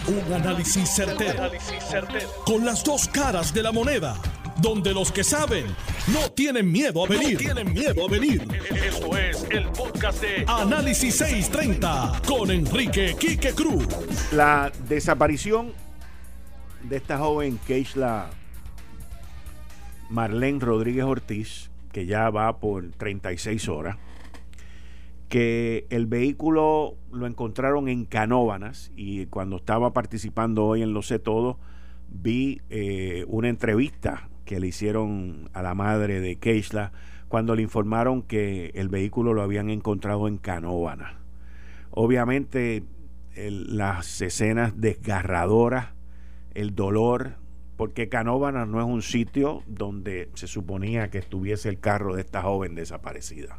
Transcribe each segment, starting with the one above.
Un análisis certero, con las dos caras de la moneda, donde los que saben no tienen miedo a venir. Esto es el podcast de Análisis 630 con Enrique Quique Cruz. La desaparición de esta joven Keishla Marlene Rodríguez Ortiz, que ya va por 36 horas, que el vehículo lo encontraron en Canóvanas, y cuando estaba participando hoy en Lo Sé Todo, vi una entrevista que le hicieron a la madre de Keishla cuando le informaron que el vehículo lo habían encontrado en Canóvanas. Obviamente las escenas desgarradoras, el dolor, porque Canóvanas no es un sitio donde se suponía que estuviese el carro de esta joven desaparecida.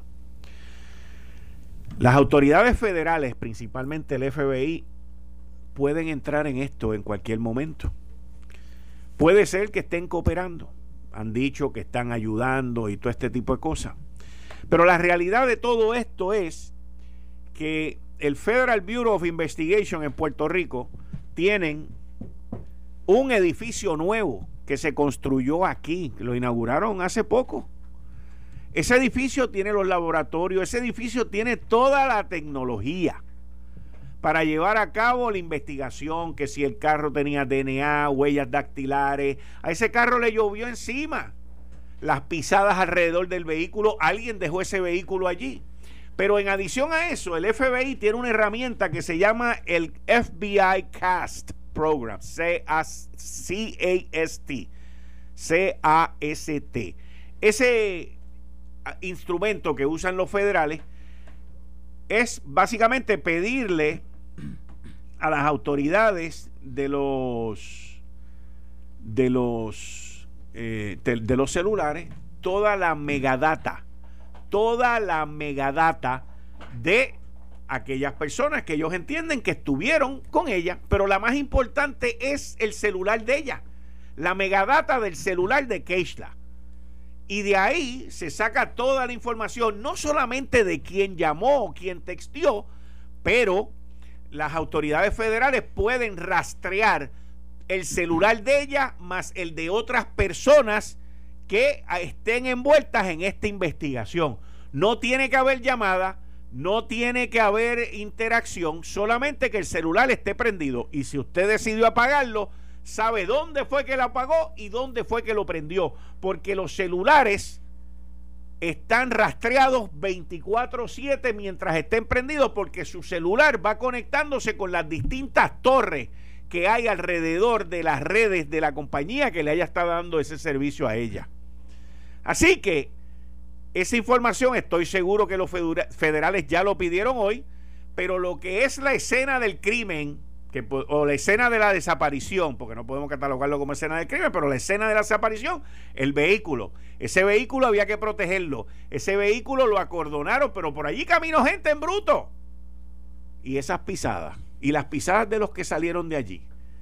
Las autoridades federales, principalmente el FBI, pueden entrar en esto en cualquier momento. Puede ser que estén cooperando, han dicho que están ayudando y todo este tipo de cosas. Pero la realidad de todo esto es que el Federal Bureau of Investigation en Puerto Rico tienen un edificio nuevo que se construyó aquí, lo inauguraron hace poco. Ese edificio tiene los laboratorios, ese edificio tiene toda la tecnología para llevar a cabo la investigación, que si el carro tenía DNA, huellas dactilares, a ese carro le llovió encima, las pisadas alrededor del vehículo, alguien dejó ese vehículo allí. Pero en adición a eso, el FBI tiene una herramienta que se llama el FBI CAST Program, C-A-S-T. Ese instrumento que usan los federales es básicamente pedirle a las autoridades de los celulares toda la megadata de aquellas personas que ellos entienden que estuvieron con ella, pero la más importante es el celular de ella, la megadata del celular de Keishla. Y de ahí se saca toda la información, no solamente de quién llamó o quién texteó, pero las autoridades federales pueden rastrear el celular de ella más el de otras personas que estén envueltas en esta investigación. No tiene que haber llamada, no tiene que haber interacción, solamente que el celular esté prendido. Y si usted decidió apagarlo, sabe dónde fue que lo apagó y dónde fue que lo prendió, porque los celulares están rastreados 24/7 mientras estén prendidos, porque su celular va conectándose con las distintas torres que hay alrededor de las redes de la compañía que le haya estado dando ese servicio a ella. Así que esa información estoy seguro que los federales ya lo pidieron hoy, pero lo que es la escena del crimen, o la escena de la desaparición, porque no podemos catalogarlo como escena del crimen, pero la escena de la desaparición, el vehículo, ese vehículo había que protegerlo, ese vehículo lo acordonaron, pero por allí caminó gente en bruto, y esas pisadas, y las pisadas de los que salieron de allí,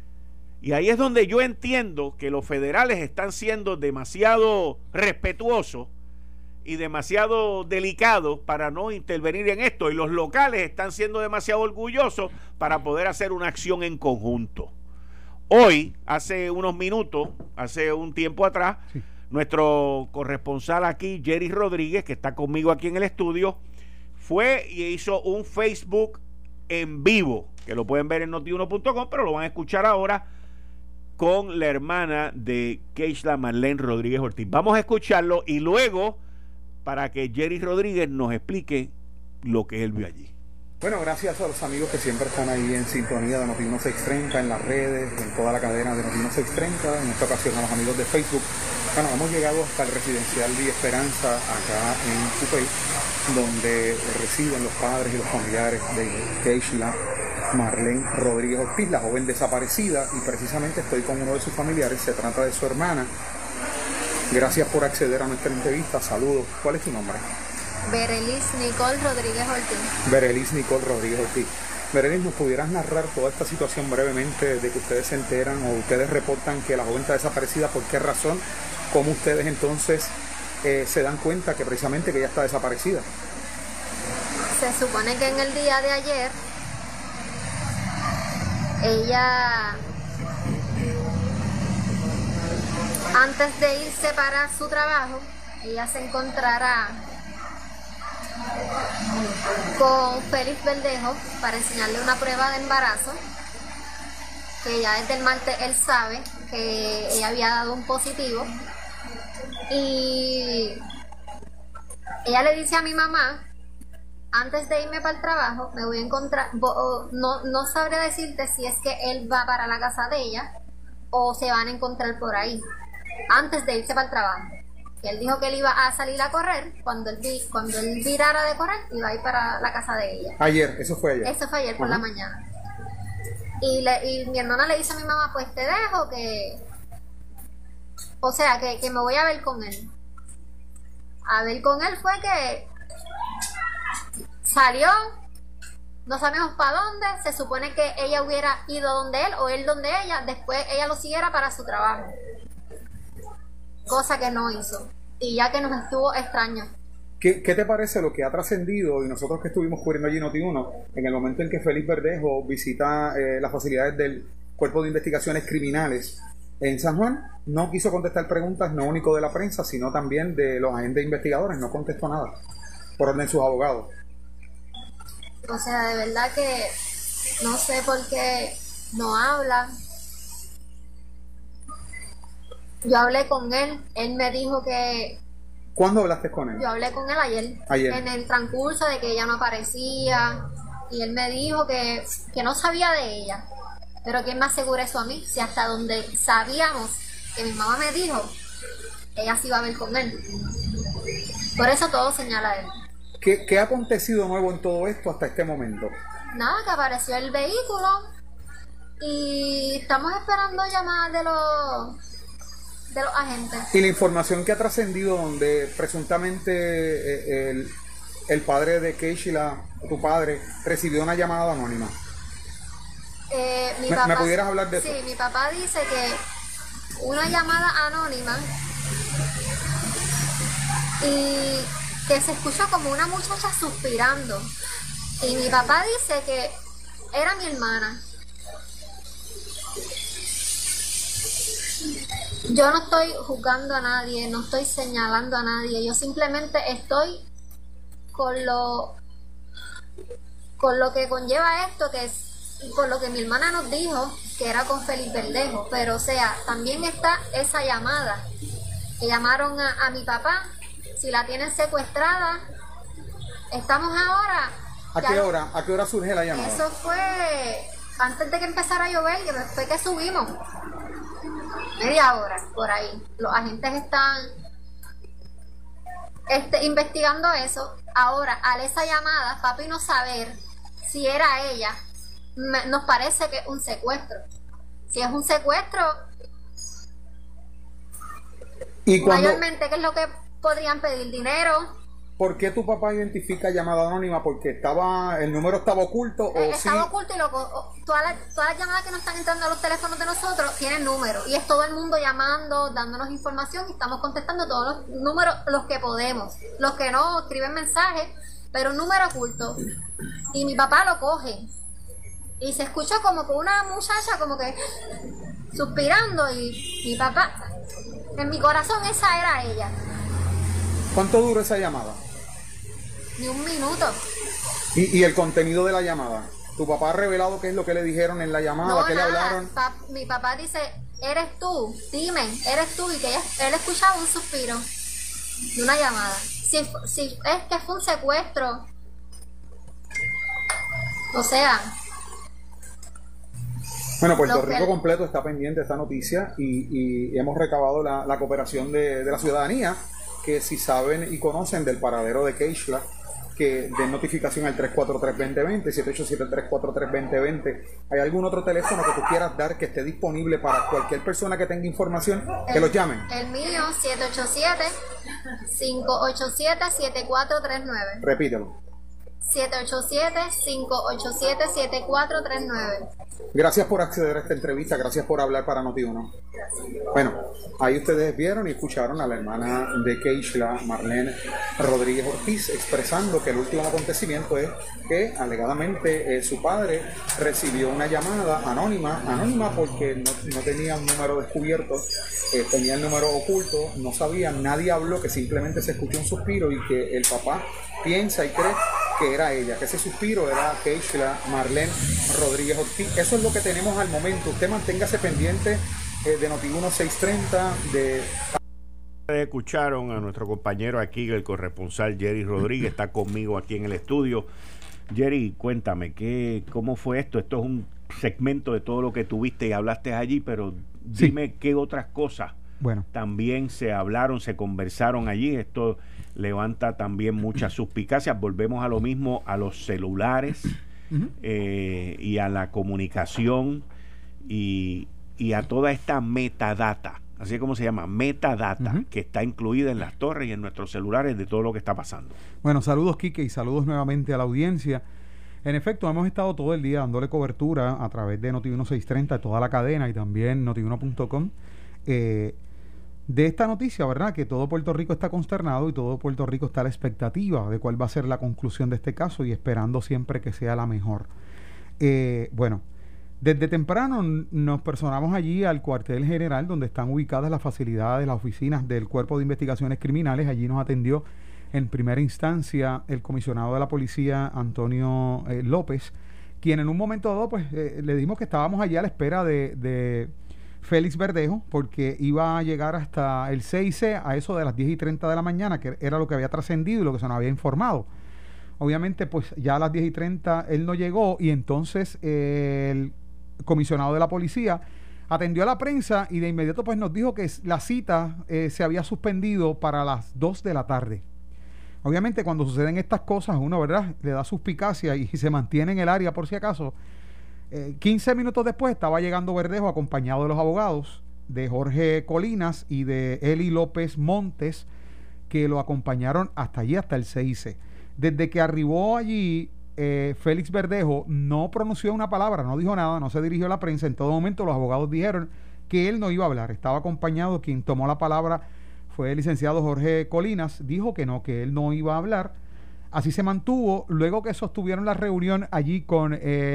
y ahí es donde yo entiendo que los federales están siendo demasiado respetuosos y demasiado delicado para no intervenir en esto, y los locales están siendo demasiado orgullosos para poder hacer una acción en conjunto. Hoy, hace unos minutos, hace un tiempo atrás, sí, nuestro corresponsal aquí, Jerry Rodríguez, que está conmigo aquí en el estudio, fue y hizo un Facebook en vivo, que lo pueden ver en notiuno.com, pero lo van a escuchar ahora, con la hermana de Keishla Marlene Rodríguez Ortiz. Vamos a escucharlo y luego para que Jerry Rodríguez nos explique lo que él vio allí. Bueno, gracias a los amigos que siempre están ahí en sintonía de Noti 630, en las redes, en toda la cadena de Noti 630, en esta ocasión a los amigos de Facebook. Bueno, hemos llegado hasta el residencial Villa Esperanza, acá en Cupey, donde residen los padres y los familiares de Keishla Marlene Rodríguez Ortiz, la joven desaparecida, y precisamente estoy con uno de sus familiares. Se trata de su hermana. Gracias por acceder a nuestra entrevista. Saludos. ¿Cuál es tu nombre? Berelis Nicole Rodríguez Ortiz. Berelis Nicole Rodríguez Ortiz. Berelis, ¿nos pudieras narrar toda esta situación brevemente de que ustedes se enteran o ustedes reportan que la joven está desaparecida? ¿Por qué razón? ¿Cómo ustedes entonces se dan cuenta que precisamente que ella está desaparecida? Se supone que en el día de ayer ella, antes de irse para su trabajo, ella se encontrará con Félix Verdejo para enseñarle una prueba de embarazo, que ya desde el martes él sabe que ella había dado un positivo, y ella le dice a mi mamá: antes de irme para el trabajo me voy a encontrar, no sabré decirte si es que él va para la casa de ella o se van a encontrar por ahí, antes de irse para el trabajo. Que él dijo que él iba a salir a correr, cuando él virara de correr, iba a ir para la casa de ella. Ayer, eso fue ayer. Eso fue ayer por la mañana. Y mi hermana le dice a mi mamá: pues te dejo, que me voy a ver con él. A ver con él fue que salió, no sabemos para dónde. Se supone que ella hubiera ido donde él o él donde ella, después ella lo siguiera para su trabajo, cosa que no hizo, y ya que nos estuvo extraño. ¿Qué te parece lo que ha trascendido? Y nosotros que estuvimos cubriendo allí Noti1, en el momento en que Félix Verdejo visita las facilidades del Cuerpo de Investigaciones Criminales en San Juan, no quiso contestar preguntas, no único de la prensa, sino también de los agentes investigadores, no contestó nada, por orden de sus abogados. O sea, de verdad que no sé por qué no habla. Yo hablé con él me dijo que... ¿Cuándo hablaste con él? Yo hablé con él ayer. En el transcurso de que ella no aparecía, y él me dijo que no sabía de ella. Pero ¿quién me asegura eso a mí? Si hasta donde sabíamos, que mi mamá me dijo, ella sí iba a ver con él. Por eso todo señala a él. ¿Qué ha acontecido nuevo en todo esto hasta este momento? Nada, que apareció el vehículo y estamos esperando llamadas de los agentes. Y la información que ha trascendido, donde presuntamente el padre de Keishla, tu padre, recibió una llamada anónima. ¿Me pudieras hablar de eso? Sí, mi papá dice que una llamada anónima y que se escuchó como una muchacha suspirando. Y mi papá dice que era mi hermana. Yo no estoy juzgando a nadie, no estoy señalando a nadie, yo simplemente estoy con lo que conlleva esto, que es por lo que mi hermana nos dijo, que era con Félix Verdejo. Pero o sea, también está esa llamada que llamaron a mi papá, si la tienen secuestrada. Estamos ahora... ¿A qué hora surge la llamada? Eso fue antes de que empezara a llover, que fue que subimos. Media hora, por ahí. Los agentes están investigando eso. Ahora, al esa llamada, papi no saber si era ella, nos parece que es un secuestro. Si es un secuestro, ¿y mayormente, ¿qué es lo que podrían pedir? ¿Dinero? ¿Por qué tu papá identifica llamada anónima? ¿Porque el número estaba oculto? Estaba oculto, y todas las llamadas que nos están entrando a los teléfonos de nosotros tienen número, y es todo el mundo llamando, dándonos información, y estamos contestando todos los números, los que podemos. Los que no, escriben mensajes, pero un número oculto. Y mi papá lo coge y se escuchó como que una muchacha como que suspirando, y mi papá, en mi corazón esa era ella. ¿Cuánto duró esa llamada? Ni un minuto. ¿Y el contenido de la llamada? ¿Tu papá ha revelado qué es lo que le dijeron en la llamada? No, ¿Qué nada. le hablaron? Mi papá dice: eres tú, dime, eres tú. Y que él escuchaba un suspiro de una llamada. Si es que fue un secuestro, o sea... Bueno, Puerto Rico completo está pendiente de esta noticia, y hemos recabado la cooperación de la ciudadanía, que si saben y conocen del paradero de Keishla, que den notificación al 343-2020, 787-343-2020. ¿Hay algún otro teléfono que tú quieras dar que esté disponible para cualquier persona que tenga información? Que los llamen. El mío, 787-587-7439. Repítelo. 787-587-7439. Gracias por acceder a esta entrevista, gracias por hablar para Noti1. Bueno, ahí ustedes vieron y escucharon a la hermana de Keishla, Marlene Rodríguez Ortiz, expresando que el último acontecimiento es que alegadamente su padre recibió una llamada anónima porque no tenía un número descubierto, tenía el número oculto, no sabía, nadie habló, que simplemente se escuchó un suspiro y que el papá piensa y cree que era ella, que ese suspiro era Keishla Marlene Rodríguez Ortiz. Eso es lo que tenemos al momento. Usted manténgase pendiente de Noti1 630. Escucharon a nuestro compañero aquí, el corresponsal Jerry Rodríguez, está conmigo aquí en el estudio. Jerry, cuéntame, ¿cómo fue esto? Esto es un segmento de todo lo que tuviste y hablaste allí, pero dime qué otras cosas también se hablaron, se conversaron allí. Esto levanta también muchas suspicacias. Volvemos a lo mismo, a los celulares y a la comunicación y a toda esta metadata, así como se llama, metadata, que está incluida en las torres y en nuestros celulares de todo lo que está pasando. Bueno, saludos, Quique, y saludos nuevamente a la audiencia. En efecto, hemos estado todo el día dándole cobertura a través de Noti1 630, toda la cadena, y también Noti1.com, de esta noticia, ¿verdad? Que todo Puerto Rico está consternado y todo Puerto Rico está a la expectativa de cuál va a ser la conclusión de este caso y esperando siempre que sea la mejor. Bueno, desde temprano nos personamos allí al cuartel general donde están ubicadas las facilidades, las oficinas del Cuerpo de Investigaciones Criminales. Allí nos atendió en primera instancia el comisionado de la policía, Antonio López, quien en un momento dado pues le dijimos que estábamos allí a la espera de Félix Verdejo, porque iba a llegar hasta el CIC a eso de las 10:30 de la mañana, que era lo que había trascendido y lo que se nos había informado. Obviamente, pues ya a las 10:30 él no llegó y entonces el comisionado de la policía atendió a la prensa y de inmediato pues nos dijo que la cita se había suspendido para las 2 de la tarde. Obviamente, cuando suceden estas cosas, uno, ¿verdad?, le da suspicacia y se mantiene en el área por si acaso. 15 minutos después estaba llegando Verdejo acompañado de los abogados de Jorge Colinas y de Eli López Montes, que lo acompañaron hasta allí, hasta el CIC. Desde que arribó allí, Félix Verdejo no pronunció una palabra, no dijo nada, no se dirigió a la prensa. En todo momento los abogados dijeron que él no iba a hablar, estaba acompañado. Quien tomó la palabra fue el licenciado Jorge Colinas, dijo que no, que él no iba a hablar. Así se mantuvo. Luego que sostuvieron la reunión allí con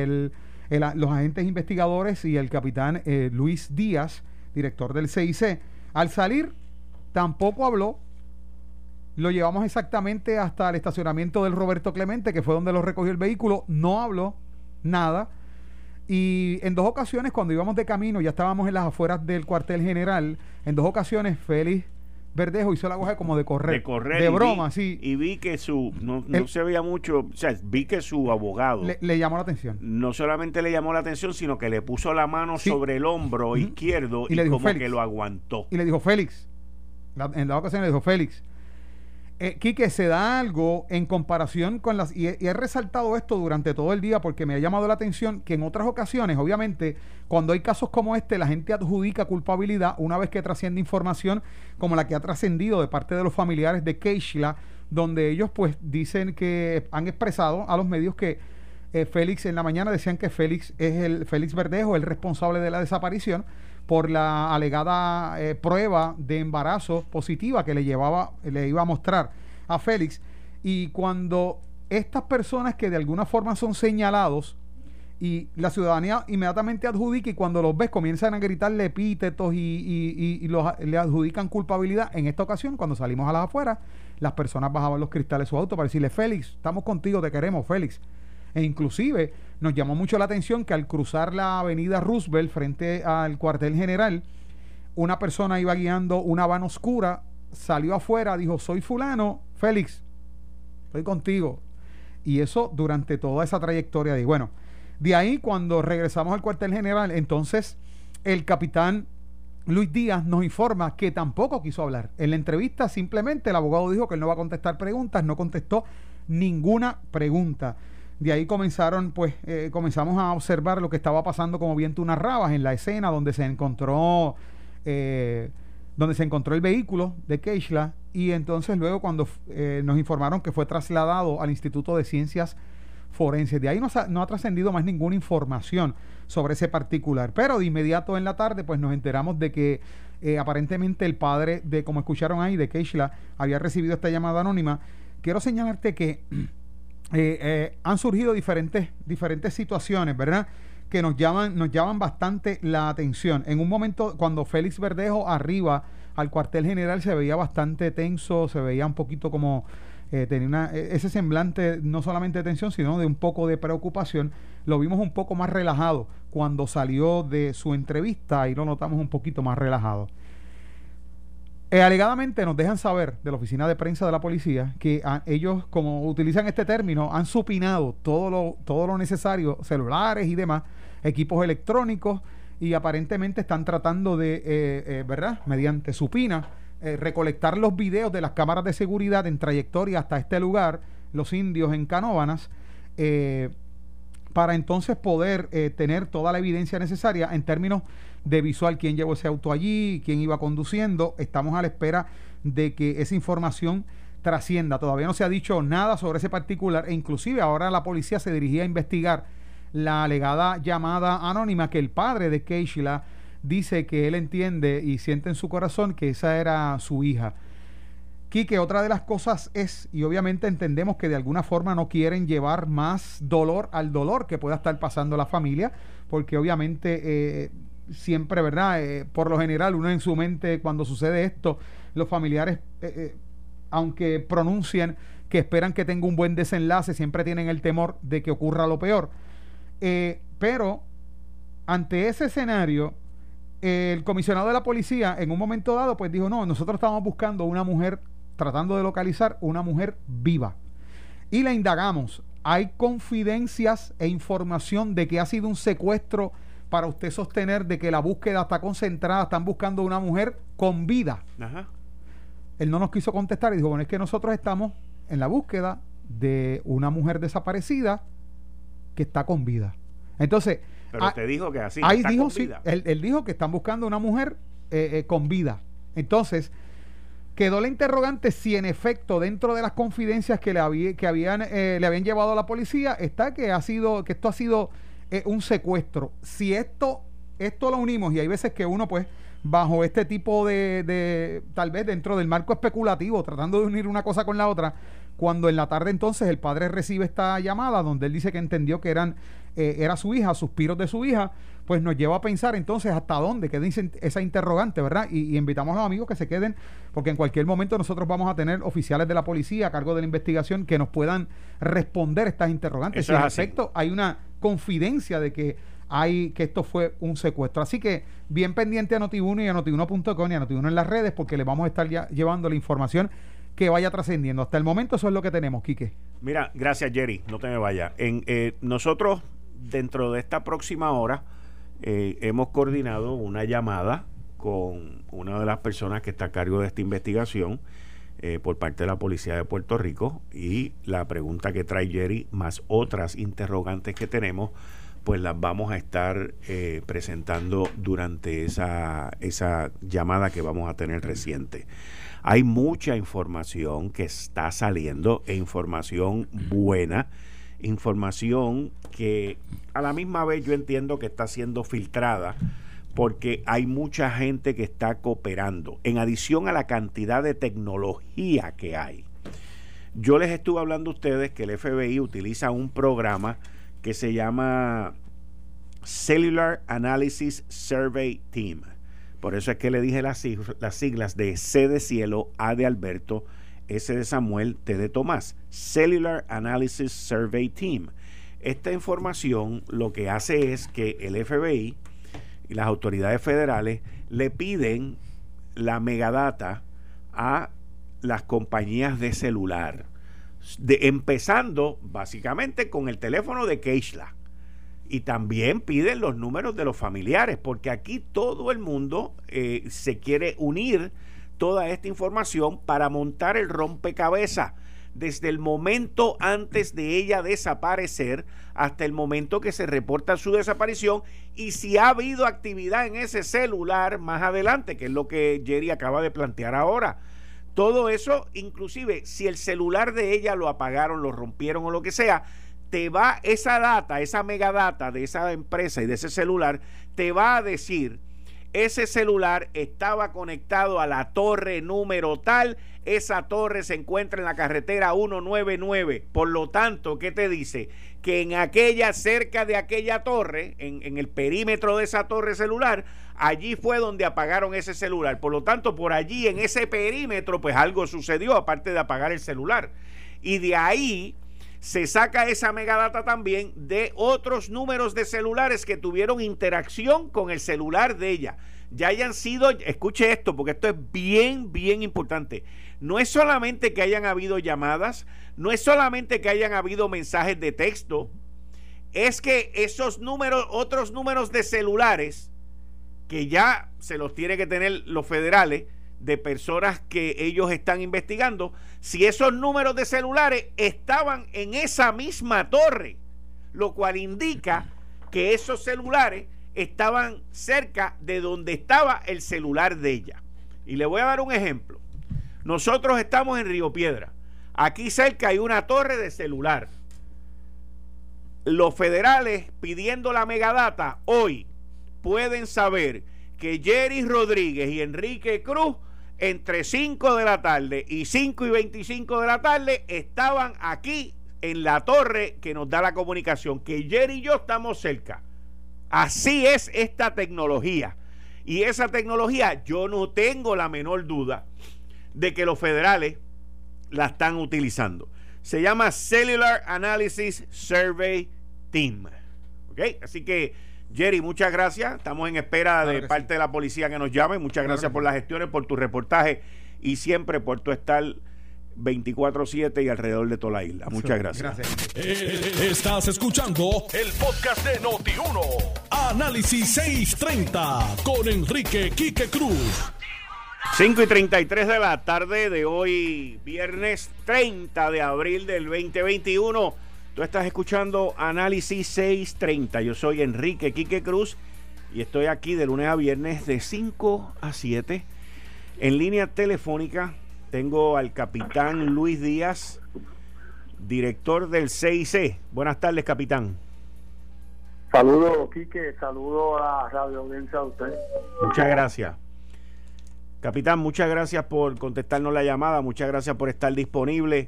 los agentes investigadores y el capitán Luis Díaz, director del CIC, al salir tampoco habló. Lo llevamos exactamente hasta el estacionamiento del Roberto Clemente, que fue donde lo recogió el vehículo. No habló nada. Y en 2 ocasiones, cuando íbamos de camino, ya estábamos en las afueras del cuartel general, en 2 ocasiones Félix Verdejo hizo la cosa como de correr de broma, sí. Y vi que no se veía mucho, o sea, vi que su abogado le llamó la atención. No solamente le llamó la atención, sino que le puso la mano sobre el hombro izquierdo y le dijo, como Félix, que lo aguantó. Y le dijo, Félix, en la ocasión le dijo, Félix, Quique, se da algo en comparación con las... Y he resaltado esto durante todo el día porque me ha llamado la atención que en otras ocasiones, obviamente, cuando hay casos como este, la gente adjudica culpabilidad una vez que trasciende información como la que ha trascendido de parte de los familiares de Keishla, donde ellos pues dicen que han expresado a los medios que Félix, en la mañana decían que Félix Verdejo, el responsable de la desaparición, por la alegada prueba de embarazo positiva que le iba a mostrar a Félix. Y cuando estas personas que de alguna forma son señalados y la ciudadanía inmediatamente adjudica, y cuando los ves comienzan a gritarle epítetos y le adjudican culpabilidad, en esta ocasión cuando salimos a las afueras, las personas bajaban los cristales de su auto para decirle, Félix, estamos contigo, te queremos, Félix. E inclusive nos llamó mucho la atención que al cruzar la avenida Roosevelt frente al cuartel general, una persona iba guiando una van oscura, salió afuera, dijo, soy fulano, Félix, estoy contigo. Y eso durante toda esa trayectoria. Y bueno, de ahí cuando regresamos al cuartel general, entonces el capitán Luis Díaz nos informa que tampoco quiso hablar. En la entrevista simplemente el abogado dijo que él no va a contestar preguntas, no contestó ninguna pregunta. De ahí comenzamos a observar lo que estaba pasando, como bien tú narrabas, en la escena donde se encontró el vehículo de Keishla y entonces luego cuando nos informaron que fue trasladado al Instituto de Ciencias Forenses. De ahí no ha trascendido más ninguna información sobre ese particular, pero de inmediato en la tarde pues nos enteramos de que aparentemente el padre de, como escucharon ahí, de Keishla, había recibido esta llamada anónima. Quiero señalarte que han surgido diferentes situaciones, ¿verdad?, que nos llaman bastante la atención. En un momento, cuando Félix Verdejo arriba al cuartel general, se veía bastante tenso, se veía un poquito como tenía ese semblante no solamente de tensión, sino de un poco de preocupación. Lo vimos un poco más relajado cuando salió de su entrevista, y lo notamos un poquito más relajado. Alegadamente nos dejan saber de la oficina de prensa de la policía que ellos, como utilizan este término, han supinado todo lo necesario, celulares y demás, equipos electrónicos, y aparentemente están tratando de, ¿verdad?, mediante supina, recolectar los videos de las cámaras de seguridad en trayectoria hasta este lugar, Los Indios en Canóvanas, para entonces poder tener toda la evidencia necesaria en términos de visual, quién llevó ese auto allí, quién iba conduciendo. Estamos a la espera de que esa información trascienda. Todavía no se ha dicho nada sobre ese particular, e inclusive ahora la policía se dirigía a investigar la alegada llamada anónima que el padre de Keishla dice que él entiende y siente en su corazón que esa era su hija. Quique, otra de las cosas es, y obviamente entendemos que de alguna forma no quieren llevar más dolor al dolor que pueda estar pasando la familia, porque obviamente siempre, ¿verdad?, por lo general uno en su mente, cuando sucede esto, los familiares, aunque pronuncian que esperan que tenga un buen desenlace, siempre tienen el temor de que ocurra lo peor. Pero ante ese escenario, el comisionado de la policía en un momento dado pues dijo: no, nosotros estábamos buscando una mujer, tratando de localizar una mujer viva, y la indagamos. Hay confidencias e información de que ha sido un secuestro para usted sostener de que la búsqueda está concentrada, están buscando una mujer con vida. Ajá. Él no nos quiso contestar y dijo: bueno, es que nosotros estamos en la búsqueda de una mujer desaparecida que está con vida. Entonces, pero te dijo que así ahí dijo, sí, él dijo que están buscando una mujer con vida. Entonces quedó la interrogante si en efecto dentro de las confidencias que le habían llevado a la policía está que esto ha sido un secuestro. Si esto lo unimos, y hay veces que uno pues bajo este tipo de tal vez dentro del marco especulativo, tratando de unir una cosa con la otra, cuando en la tarde entonces el padre recibe esta llamada donde él dice que entendió que era su hija, suspiros de su hija, pues nos lleva a pensar entonces hasta dónde queda esa interrogante, ¿verdad? Y invitamos a los amigos que se queden, porque en cualquier momento nosotros vamos a tener oficiales de la policía a cargo de la investigación que nos puedan responder estas interrogantes. Si en efecto hay una confidencia de que esto fue un secuestro. Así que bien pendiente a Noti1 y a Noti1.com y a Noti1 en las redes, porque le vamos a estar ya llevando la información que vaya trascendiendo. Hasta el momento eso es lo que tenemos, Quique. Mira, gracias, Jerry, no te me vayas. Nosotros dentro de esta próxima hora hemos coordinado una llamada con una de las personas que está a cargo de esta investigación por parte de la Policía de Puerto Rico, y la pregunta que trae Jerry más otras interrogantes que tenemos pues las vamos a estar presentando durante esa llamada que vamos a tener reciente. Hay mucha información que está saliendo, e información buena, información que a la misma vez yo entiendo que está siendo filtrada, porque hay mucha gente que está cooperando, en adición a la cantidad de tecnología que hay. Yo les estuve hablando a ustedes que el FBI utiliza un programa que se llama Cellular Analysis Survey Team. Por eso es que le dije las siglas de C de cielo, A de Alberto, S de Samuel, T de Tomás. Cellular Analysis Survey Team. Esta información lo que hace es que el FBI y las autoridades federales le piden la megadata a las compañías de celular, empezando básicamente con el teléfono de Keishla, y también piden los números de los familiares, porque aquí todo el mundo se quiere unir toda esta información para montar el rompecabezas desde el momento antes de ella desaparecer hasta el momento que se reporta su desaparición, y si ha habido actividad en ese celular más adelante, que es lo que Jerry acaba de plantear ahora. Todo eso, inclusive si el celular de ella lo apagaron, lo rompieron o lo que sea, te va esa data, esa megadata de esa empresa y de ese celular, te va a decir: ese celular estaba conectado a la torre número tal, esa torre se encuentra en la carretera 199. Por lo tanto, ¿qué te dice? Que en aquella, cerca de aquella torre, en el perímetro de esa torre celular, allí fue donde apagaron ese celular. Por lo tanto, por allí, en ese perímetro, pues algo sucedió, aparte de apagar el celular. Y de ahí se saca esa megadata también de otros números de celulares que tuvieron interacción con el celular de ella. Ya hayan sido, escuche esto, porque esto es bien, bien importante. No es solamente que hayan habido llamadas, no es solamente que hayan habido mensajes de texto, es que esos números, otros números de celulares, que ya se los tiene que tener los federales, de personas que ellos están investigando, si esos números de celulares estaban en esa misma torre, lo cual indica que esos celulares estaban cerca de donde estaba el celular de ella. Y le voy a dar un ejemplo. Nosotros estamos en Río Piedra. Aquí cerca hay una torre de celular. Los federales, pidiendo la megadata, hoy pueden saber que Jerry Rodríguez y Enrique Cruz, entre 5 de la tarde y 5:25 de la tarde, estaban aquí en la torre que nos da la comunicación, que Jerry y yo estamos cerca. Así es esta tecnología. Y esa tecnología, yo no tengo la menor duda de que los federales la están utilizando. Se llama Cellular Analysis Survey Team. ¿Ok? Así que, Jerry, muchas gracias. Estamos en espera de parte de la policía que nos llame. Muchas gracias por las gestiones, por tu reportaje y siempre por tu estar 24/7 y alrededor de toda la isla. Muchas gracias. Estás escuchando el podcast de Noti1. Análisis 630 con Enrique Quique Cruz. 5:33 de la tarde de hoy, viernes 30 de abril del 2021. Tú estás escuchando Análisis 630. Yo soy Enrique Quique Cruz y estoy aquí de lunes a viernes de 5 a 7. En línea telefónica tengo al capitán Luis Díaz, director del CIC. Buenas tardes, capitán. Saludos, Quique. Saludos a la radio audiencia de usted. Muchas gracias. Capitán, muchas gracias por contestarnos la llamada. Muchas gracias por estar disponible.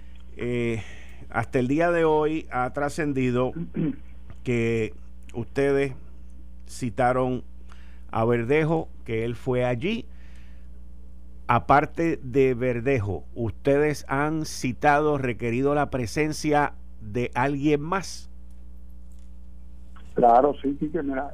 Hasta el día de hoy ha trascendido que ustedes citaron a Verdejo, que él fue allí. Aparte de Verdejo, ¿ustedes han citado, requerido la presencia de alguien más? Claro, sí, Quique. Mira,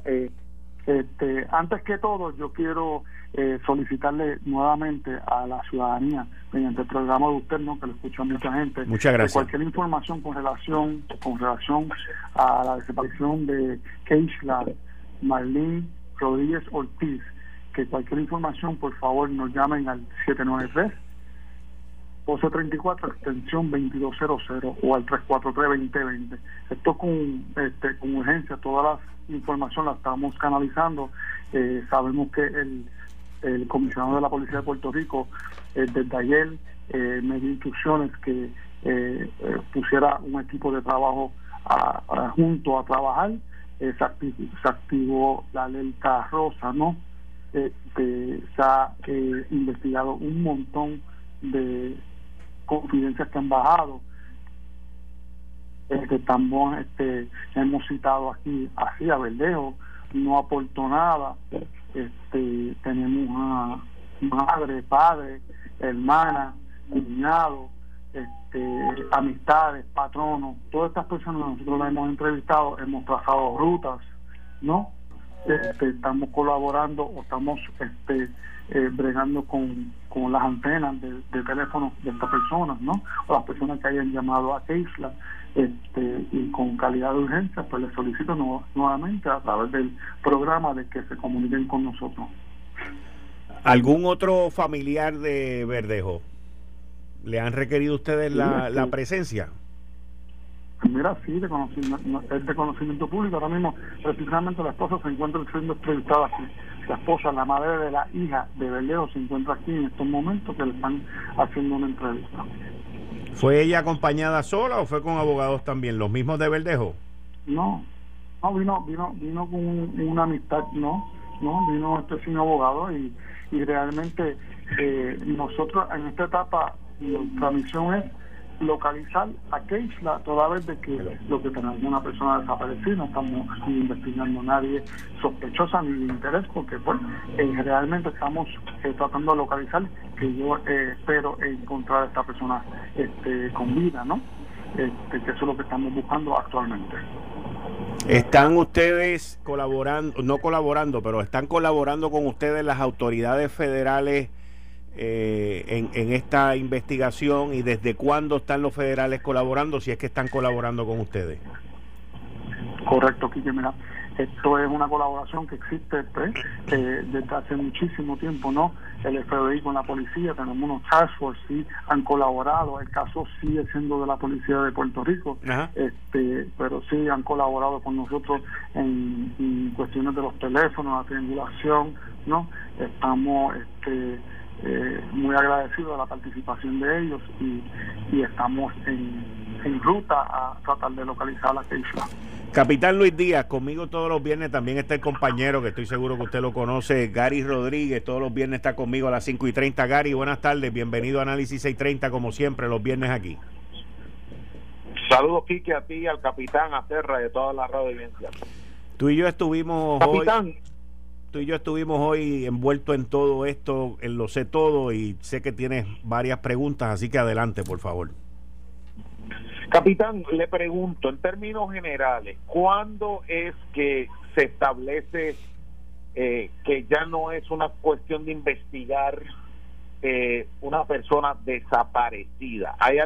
antes que todo, yo quiero solicitarle nuevamente a la ciudadanía, mediante el programa de usted, ¿no?, que lo escucha mucha gente. Muchas gracias. Cualquier información con relación a la desaparición de Keishla Marlene Rodríguez Ortiz, que cualquier información, por favor, nos llamen al 793-1234, extensión 2200, o al 343-2020. Esto con urgencia. Toda la información la estamos canalizando. Sabemos que el comisionado de la Policía de Puerto Rico, desde ayer, me dio instrucciones que pusiera un equipo de trabajo junto a trabajar. Se activó la alerta rosa, ¿no? Se ha investigado un montón de confidencias que han bajado. Tambón, hemos citado aquí así a Verdejo, no aportó nada. Tenemos a madre, padre, hermana, cuñado, amistades, patronos. Todas estas personas nosotros las hemos entrevistado, hemos trazado rutas, ¿no? Estamos colaborando o estamos bregando con las antenas de teléfono de estas personas, ¿no? O las personas que hayan llamado a Keishla, y con calidad de urgencia, pues les solicito nuevamente a través del programa de que se comuniquen con nosotros. ¿Algún otro familiar de Verdejo le han requerido ustedes la presencia? Mira, sí, es de conocimiento público. Ahora mismo, precisamente, la esposa se encuentra siendo entrevistada aquí. La esposa, la madre de la hija de Verdejo, se encuentra aquí en estos momentos que le están haciendo una entrevista. ¿Fue ella acompañada sola o fue con abogados también, los mismos de Verdejo? No, vino con una amistad, no, vino sin abogado y realmente nosotros en esta etapa nuestra misión es localizar a Keishla, toda vez de que lo que tenemos una persona desaparecida, no estamos investigando a nadie sospechosa ni de interés, porque pues realmente estamos tratando de localizar, que yo espero encontrar a esta persona con vida, ¿no? Que eso es lo que estamos buscando actualmente. ¿Están ustedes colaborando, no colaborando, pero están colaborando con ustedes las autoridades federales en esta investigación, y desde cuándo están los federales colaborando, si es que están colaborando con ustedes? Correcto, Quique, mira, esto es una colaboración que existe desde hace muchísimo tiempo, ¿no? El FBI con la policía, tenemos unos task force, sí, han colaborado, el caso sigue siendo de la policía de Puerto Rico, pero sí han colaborado con nosotros en cuestiones de los teléfonos, la triangulación, ¿no? Estamos muy agradecidos de la participación de ellos y estamos en ruta a tratar de localizar a Keishla. Capitán Luis Díaz, conmigo todos los viernes también está el compañero, que estoy seguro que usted lo conoce, Gary Rodríguez, todos los viernes está conmigo a las 5:30. Gary, buenas tardes, bienvenido a Análisis 630, como siempre, los viernes aquí. Saludos, Quique, a ti, al capitán, a Serra y a toda la radio audiencia. Tú y yo estuvimos hoy envueltos en todo esto, en Lo Sé Todo, y sé que tienes varias preguntas, así que adelante, por favor. Capitán, le pregunto, en términos generales, ¿cuándo es que se establece que ya no es una cuestión de investigar una persona desaparecida? ¿Hay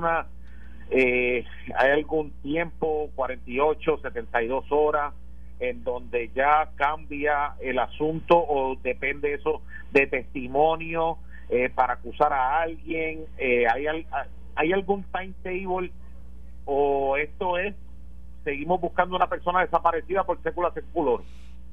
algún tiempo, 48, 72 horas, en donde ya cambia el asunto, o depende eso de testimonio para acusar a alguien? ¿Hay algún timetable, o esto es seguimos buscando una persona desaparecida por sécula secular?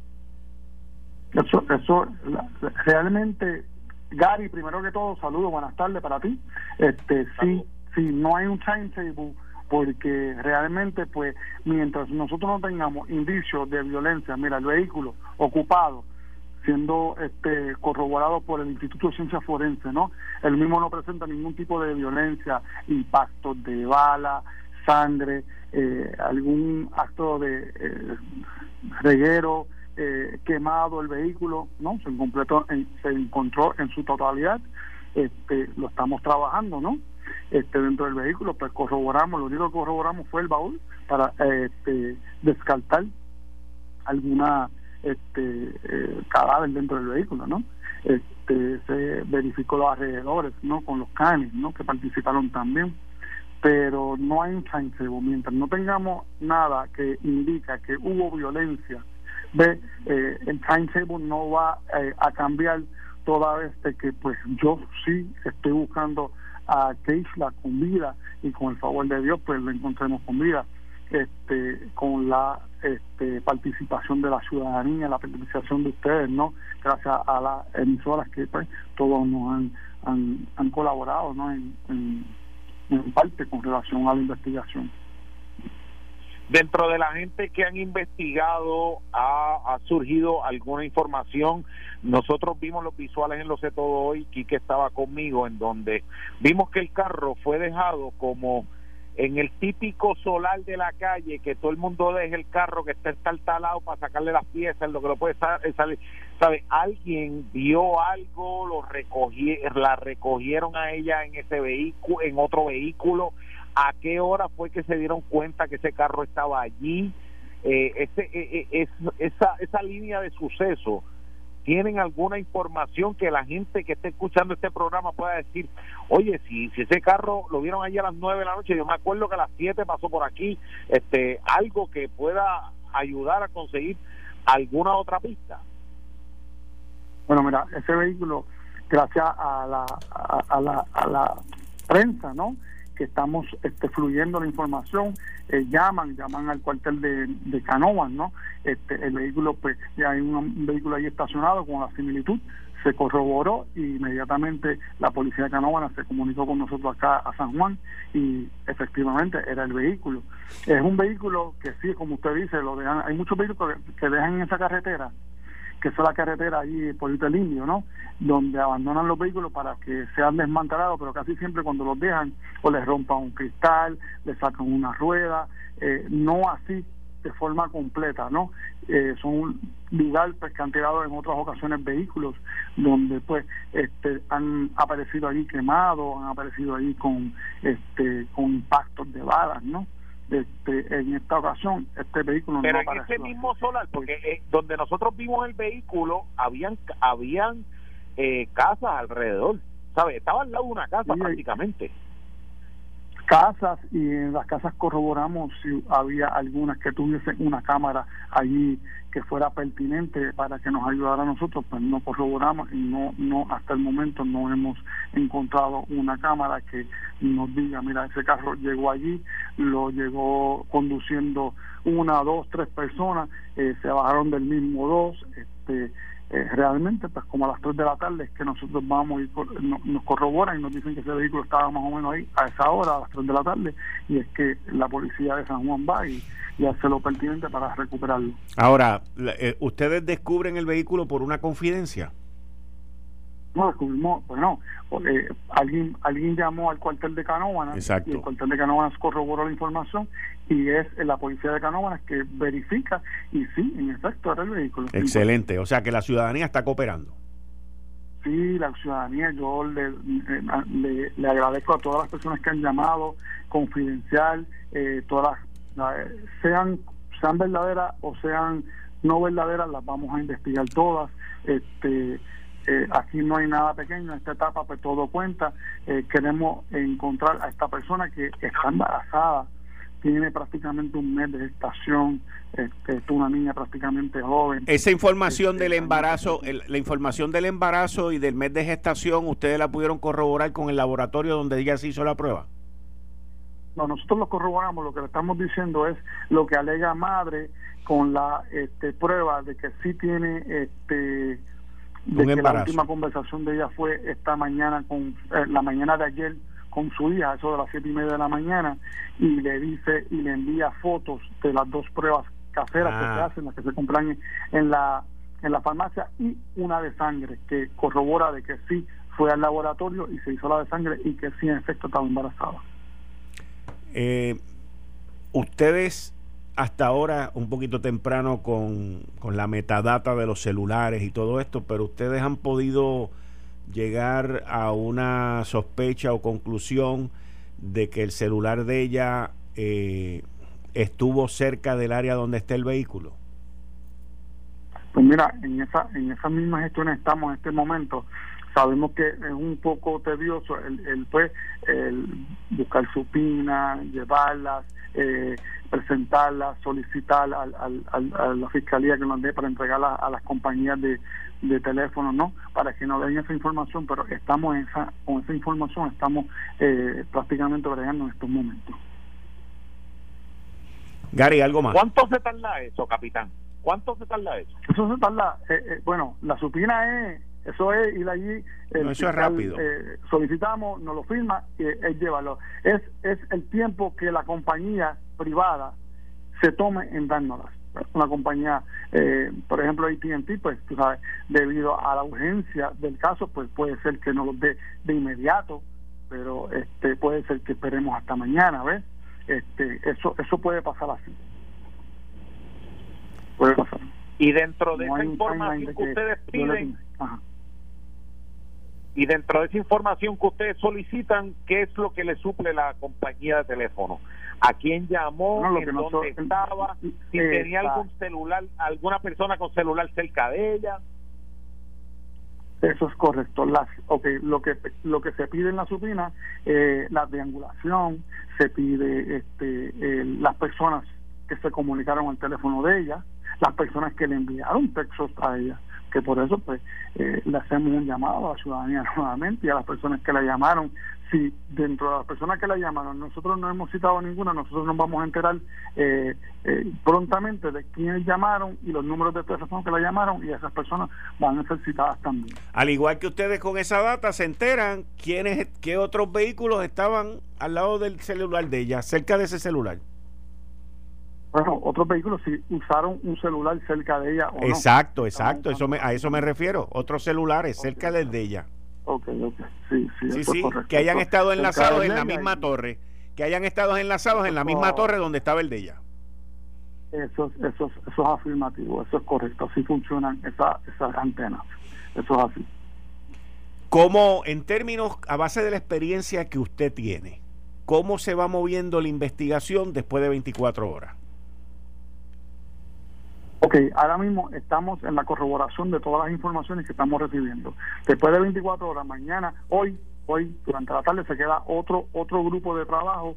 Eso realmente, Gary, primero que todo, saludos, buenas tardes para ti. Sí, no hay un timetable, porque realmente, pues, mientras nosotros no tengamos indicios de violencia, mira, el vehículo ocupado, siendo corroborado por el Instituto de Ciencias Forenses, ¿no? El mismo no presenta ningún tipo de violencia, impactos de bala, sangre, algún acto de reguero, quemado el vehículo, ¿no? Se encontró en su totalidad. Lo estamos trabajando, ¿no? Dentro del vehículo, pues corroboramos, lo único que corroboramos fue el baúl para descartar alguna cadáver dentro del vehículo, ¿no? Se verificó los alrededores, ¿no? Con los canes, ¿no? Que participaron también, pero no hay un timetable. Mientras no tengamos nada que indica que hubo violencia, el timetable no va a cambiar, toda vez de que pues yo sí estoy buscando a Keishla con vida, y con el favor de Dios pues lo encontremos con vida, con la participación de la ciudadanía, la participación de ustedes, ¿no? Gracias a las emisoras que pues todos nos han colaborado, ¿no? En parte con relación a la investigación. Dentro de la gente que han investigado, ha surgido alguna información. Nosotros vimos los visuales en Lo Sé Todo hoy, Quique estaba conmigo, en donde vimos que el carro fue dejado como en el típico solar de la calle, que todo el mundo deja el carro que está estartalado para sacarle las piezas, en lo que lo puede salir. ¿Sabe? Alguien vio algo, la recogieron a ella en ese vehículo, en otro vehículo. ¿A qué hora fue que se dieron cuenta que ese carro estaba allí? Esa línea de suceso, ¿tienen alguna información que la gente que esté escuchando este programa pueda decir, oye, si ese carro lo vieron allí a las 9 de la noche, yo me acuerdo que a las 7 pasó por aquí, algo que pueda ayudar a conseguir alguna otra pista? Bueno, mira, ese vehículo, gracias a la prensa, ¿no?, que estamos fluyendo la información, llaman al cuartel de Canóvanas, ¿no? El vehículo, pues ya hay un vehículo ahí estacionado con la similitud, se corroboró y inmediatamente la policía de Canóvanas se comunicó con nosotros acá a San Juan y efectivamente era el vehículo. Es un vehículo que sí, como usted dice, lo dejan, hay muchos vehículos que dejan en esa carretera, que es la carretera allí por el Indio, ¿no? Donde abandonan los vehículos para que sean desmantelados, pero casi siempre cuando los dejan o les rompan un cristal, les sacan una rueda, no así de forma completa, ¿no? Son un lugar, pues, que han tirado en otras ocasiones vehículos donde, pues, han aparecido allí quemados, han aparecido allí con impactos de balas, ¿no? En esta ocasión este vehículo pero no en apareció ese mismo solar, porque donde nosotros vimos el vehículo habían casas alrededor, ¿sabes? Estaba al lado de una casa, sí, prácticamente. Casas, y en las casas corroboramos si había algunas que tuviesen una cámara allí que fuera pertinente para que nos ayudara a nosotros, pues no corroboramos y no hasta el momento no hemos encontrado una cámara que nos diga, mira, ese carro llegó allí, lo llegó conduciendo 1, 2, 3 personas, se bajaron del mismo 2, realmente, pues como a las 3 de la tarde es que nosotros vamos y nos corroboran y nos dicen que ese vehículo estaba más o menos ahí a esa hora, a las 3 de la tarde, y es que la policía de San Juan va y hace lo pertinente para recuperarlo. Ahora, ¿ustedes descubren el vehículo por una confidencia? No descubrimos, bueno, alguien llamó al cuartel de Canóvanas. Exacto. Y el cuartel de Canóvanas corroboró la información y es la policía de Canóvanas que verifica y sí, en efecto era el vehículo. Excelente, o sea que la ciudadanía está cooperando. Sí, la ciudadanía, yo le agradezco a todas las personas que han llamado, confidencial, todas sean verdaderas o sean no verdaderas, las vamos a investigar todas. Aquí no hay nada pequeño, en esta etapa pues todo cuenta. Queremos encontrar a esta persona que está embarazada, tiene prácticamente un mes de gestación, es una niña prácticamente joven. Esa información del embarazo, la información del embarazo y del mes de gestación, ¿ustedes la pudieron corroborar con el laboratorio donde ella se hizo la prueba? No, nosotros lo corroboramos, lo que le estamos diciendo es lo que alega madre con la prueba de que sí tiene de que la última conversación de ella fue esta mañana la mañana de ayer con su hija, eso de las 7:30 de la mañana, y le dice y le envía fotos de las 2 pruebas caseras que se hacen, las que se compran en la farmacia, y una de sangre que corrobora de que sí fue al laboratorio y se hizo la de sangre y que sí en efecto estaba embarazada. Ustedes hasta ahora un poquito temprano con la metadata de los celulares y todo esto, pero ustedes han podido llegar a una sospecha o conclusión de que el celular de ella estuvo cerca del área donde está el vehículo. Pues mira, en esa misma gestión estamos en este momento. Sabemos que es un poco tedioso el buscar su PINA, llevarlas, presentarlas, solicitar a la fiscalía que nos dé para entregarlas a las compañías de teléfono, ¿no? Para que nos den esa información, pero estamos con esa información, estamos prácticamente bregando en estos momentos. Gary, ¿algo más? ¿Cuánto se tarda eso, capitán? ¿Cuánto se tarda eso? Eso se tarda, bueno, la supina eso es ir allí, no, eso es rápido. Solicitamos, nos lo firma y es llevarlo. Es el tiempo que la compañía privada se tome en dárnoslas. Una compañía, por ejemplo AT&T, pues tú sabes, debido a la urgencia del caso, pues puede ser que no los dé de inmediato, pero puede ser que esperemos hasta mañana, ¿ves? Eso puede pasar así. Puede pasar. Y dentro de esa información que ustedes piden, y dentro de esa información que ustedes solicitan, ¿qué es lo que le suple la compañía de teléfono? ¿A quién llamó? ¿En dónde estaba? ¿Si tenía algún celular, alguna persona con celular cerca de ella? Eso es correcto. Lo que se pide en la supina, la triangulación, se pide las personas que se comunicaron al teléfono de ella, las personas que le enviaron textos a ella, que por eso pues le hacemos un llamado a la ciudadanía nuevamente y a las personas que la llamaron. Si dentro de las personas que la llamaron nosotros no hemos citado ninguna, nosotros nos vamos a enterar prontamente de quiénes llamaron y los números de teléfono que la llamaron, y esas personas van a ser citadas también. Al igual que ustedes con esa data se enteran qué otros vehículos estaban al lado del celular de ella, cerca de ese celular. Bueno, otros vehículos si usaron un celular cerca de ella o exacto, a eso me refiero, otros celulares cerca del de ella. Sí, eso es correcto. Que hayan estado enlazados en la misma torre, en la misma torre donde estaba el de ella. Eso es afirmativo, eso es correcto, así funcionan esas antenas, eso es así. ¿Cómo, en términos, a base de la experiencia que usted tiene, cómo se va moviendo la investigación después de 24 horas? Ok, ahora mismo estamos en la corroboración de todas las informaciones que estamos recibiendo. Después de 24 horas, mañana, hoy, durante la tarde, se queda otro grupo de trabajo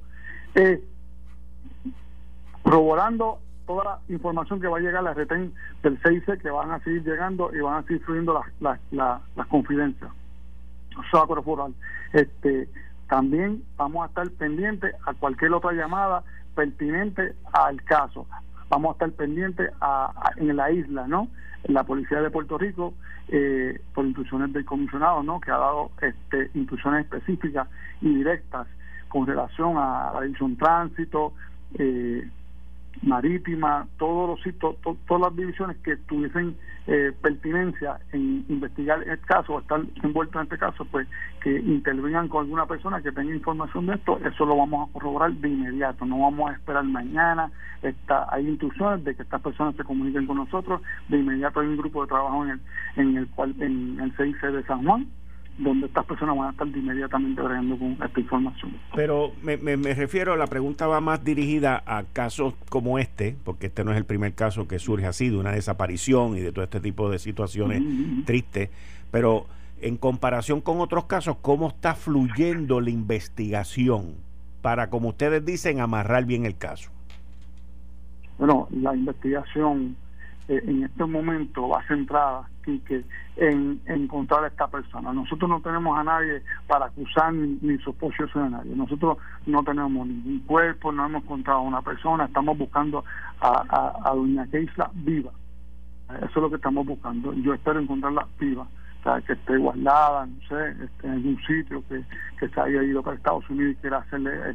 corroborando toda la información que va a llegar a la retén del CIC, que van a seguir llegando y van a seguir fluyendo las confidencias. Eso va a corroborar. También vamos a estar pendientes a cualquier otra llamada pertinente al caso. Vamos a estar pendientes en la isla, ¿no? La Policía de Puerto Rico, por instrucciones del comisionado, ¿no? Que ha dado instrucciones específicas y directas con relación a la división tránsito, marítima, todas las divisiones que tuviesen pertinencia en investigar el caso o estar envueltos en este caso, pues que intervengan con alguna persona que tenga información de esto. Eso lo vamos a corroborar de inmediato, no vamos a esperar mañana. Hay instrucciones de que estas personas se comuniquen con nosotros de inmediato. Hay un grupo de trabajo en el CIC de San Juan, donde estas personas van a estar inmediatamente bregando con esta información. Pero me refiero, la pregunta va más dirigida a casos como este, porque este no es el primer caso que surge así, de una desaparición y de todo este tipo de situaciones tristes, pero en comparación con otros casos, ¿cómo está fluyendo la investigación para, como ustedes dicen, amarrar bien el caso? Bueno, la investigación en este momento va centrada, Quique, en encontrar a esta persona. Nosotros no tenemos a nadie para acusar ni sospechoso de nadie. Nosotros no tenemos ningún cuerpo, no hemos encontrado a una persona. Estamos buscando a doña Keisla viva. Eso es lo que estamos buscando. Yo espero encontrarla viva, o sea, que esté guardada, no sé, en algún sitio, que se haya ido para Estados Unidos y quiera hacerle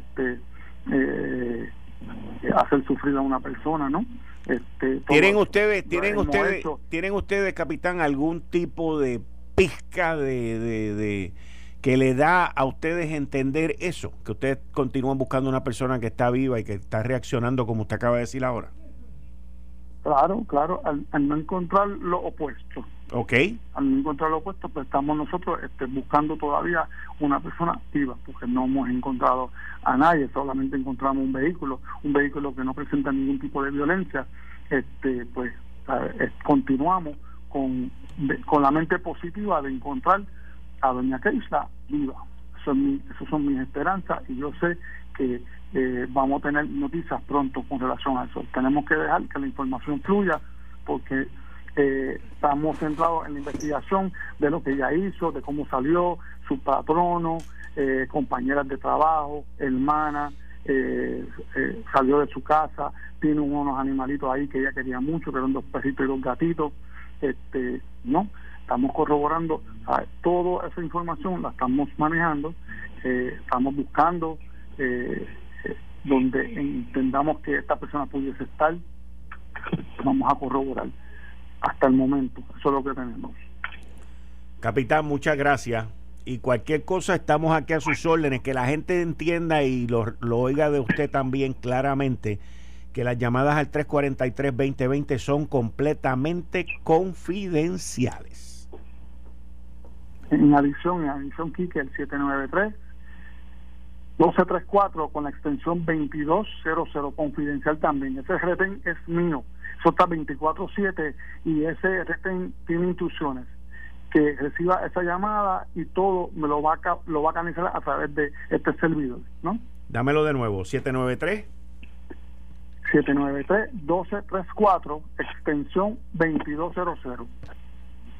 hacer sufrir a una persona, ¿no? ¿Tienen ustedes, capitán, algún tipo de pizca de que le da a ustedes entender eso, que ustedes continúan buscando una persona que está viva y que está reaccionando como usted acaba de decir ahora? Claro, al no encontrar lo opuesto. Okay. Al no encontrar lo opuesto, pues estamos nosotros buscando todavía una persona viva, porque no hemos encontrado a nadie, solamente encontramos un vehículo que no presenta ningún tipo de violencia. Pues continuamos con la mente positiva de encontrar a doña Keisla viva. Esas son mis esperanzas, y yo sé que vamos a tener noticias pronto con relación a eso. Tenemos que dejar que la información fluya, porque estamos centrados en la investigación de lo que ella hizo, de cómo salió, su patrono, compañeras de trabajo, hermana, salió de su casa, tiene unos animalitos ahí que ella quería mucho, que eran 2 perritos y 2 gatitos. No, estamos corroborando toda esa información, la estamos manejando, estamos buscando donde entendamos que esta persona pudiese estar. Vamos a corroborar. Hasta el momento, eso es lo que tenemos. Capitán, muchas gracias. Y cualquier cosa, estamos aquí a sus órdenes. Que la gente entienda y lo oiga de usted también claramente, que las llamadas al 343-2020 son completamente confidenciales. En adición, Quique, el 793-1234 con la extensión 2200, confidencial también. Ese retén es mío. Eso está 24/7 y ese retén tiene instrucciones que reciba esa llamada y todo me lo va a canalizar a través de este servidor, ¿no? Dámelo de nuevo, 793-1234, extensión 2200.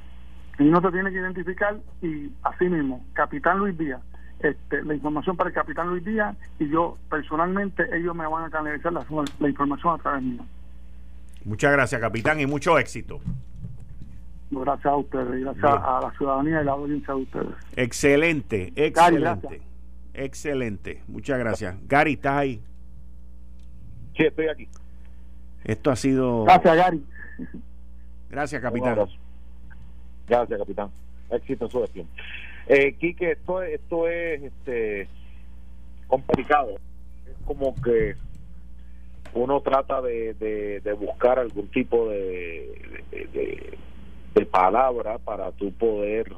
Y no te tiene que identificar, y así mismo, Capitán Luis Díaz, la información para el Capitán Luis Díaz, y yo personalmente, ellos me van a canalizar la información a través mío. Muchas gracias, capitán, y mucho éxito. Gracias a ustedes, gracias a la ciudadanía y la audiencia de ustedes. Excelente, excelente, excelente. Muchas gracias. Gary, ¿estás ahí? Sí, estoy aquí. Esto ha sido... Gracias, Gary. Gracias, capitán. Gracias, capitán. Éxito en su gestión. Quique, esto es complicado. Es como que uno trata de buscar algún tipo de palabra para tú poder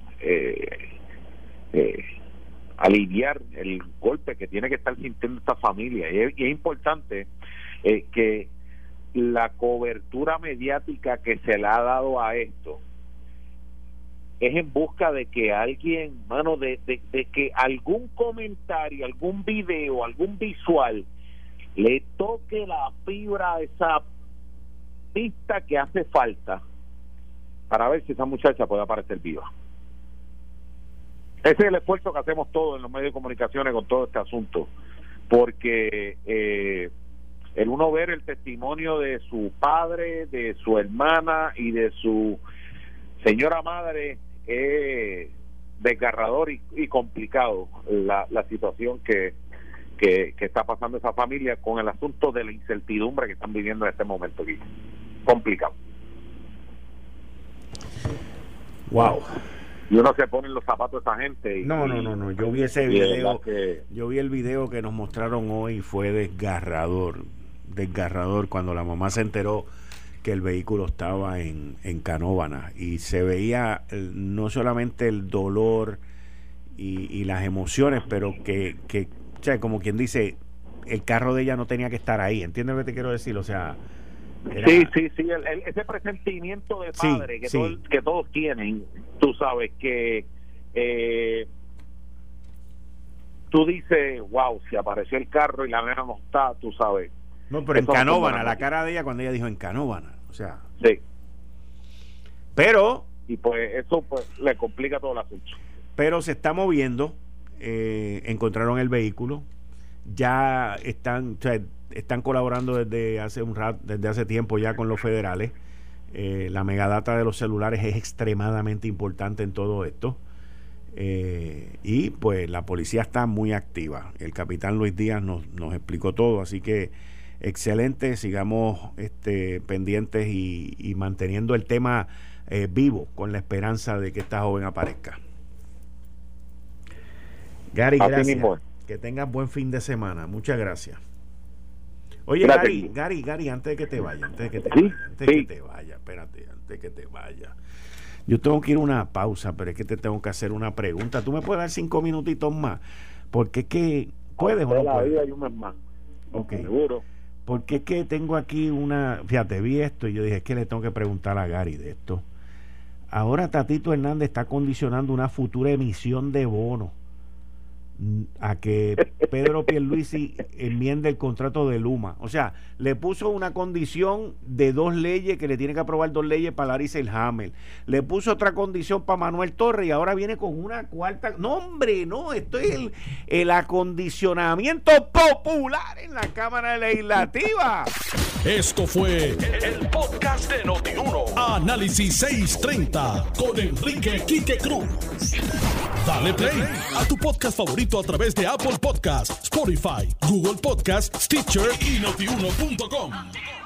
aliviar el golpe que tiene que estar sintiendo esta familia. Y es importante que la cobertura mediática que se le ha dado a esto es en busca de que alguien, de que algún comentario, algún video, algún visual le toque la fibra a esa pista que hace falta para ver si esa muchacha puede aparecer viva. Ese es el esfuerzo que hacemos todos en los medios de comunicaciones con todo este asunto, porque el uno ver el testimonio de su padre, de su hermana y de su señora madre es desgarrador y complicado la situación que está pasando esa familia con el asunto de la incertidumbre que están viviendo en este momento aquí. Complicado. Wow. Y uno se pone en los zapatos de esa gente. No. Yo vi ese video. Yo vi el video que nos mostraron hoy, fue desgarrador cuando la mamá se enteró que el vehículo estaba en Canóvanas y se veía no solamente el dolor y las emociones, pero que o sea, como quien dice, el carro de ella no tenía que estar ahí. ¿Entiendes lo que te quiero decir? O sea, sí, ese presentimiento de padre que todos tienen, tú sabes que tú dices, wow, si apareció el carro y la nena no está, tú sabes. No, pero en Canóvanas, la cara de ella cuando ella dijo en Canóvanas, o sea. Sí. Pero... Y pues eso pues le complica todo el asunto. Pero se está moviendo, encontraron el vehículo, ya están colaborando desde hace tiempo ya con los federales. La megadata de los celulares es extremadamente importante en todo esto. Y pues la policía está muy activa. El capitán Luis Díaz nos explicó todo, así que excelente, sigamos pendientes y manteniendo el tema vivo, con la esperanza de que esta joven aparezca. Gary, gracias. Que tengas buen fin de semana. Muchas gracias. Oye, Gary, antes de que te vaya, antes de que te vaya. Yo tengo que ir a una pausa, pero es que te tengo que hacer una pregunta. ¿Tú me puedes dar 5 minutitos más? Porque es que puedes o no puedes. Hay un mes más. Ok. Seguro. Porque es que tengo aquí fíjate, vi esto y yo dije, es que le tengo que preguntar a Gary de esto. Ahora Tatito Hernández está condicionando una futura emisión de bonos a que Pedro Pierluisi enmiende el contrato de Luma. O sea, le puso una condición de 2 leyes, que le tiene que aprobar 2 leyes para Larry Selhammer. Le puso otra condición para Manuel Torres y ahora viene con una cuarta. No, hombre, no, esto es el acondicionamiento popular en la Cámara Legislativa. Esto fue el podcast de Noti1. Análisis 630 con Enrique Quique Cruz. Dale play a tu podcast favorito a través de Apple Podcasts, Spotify, Google Podcasts, Stitcher y Notiuno.com.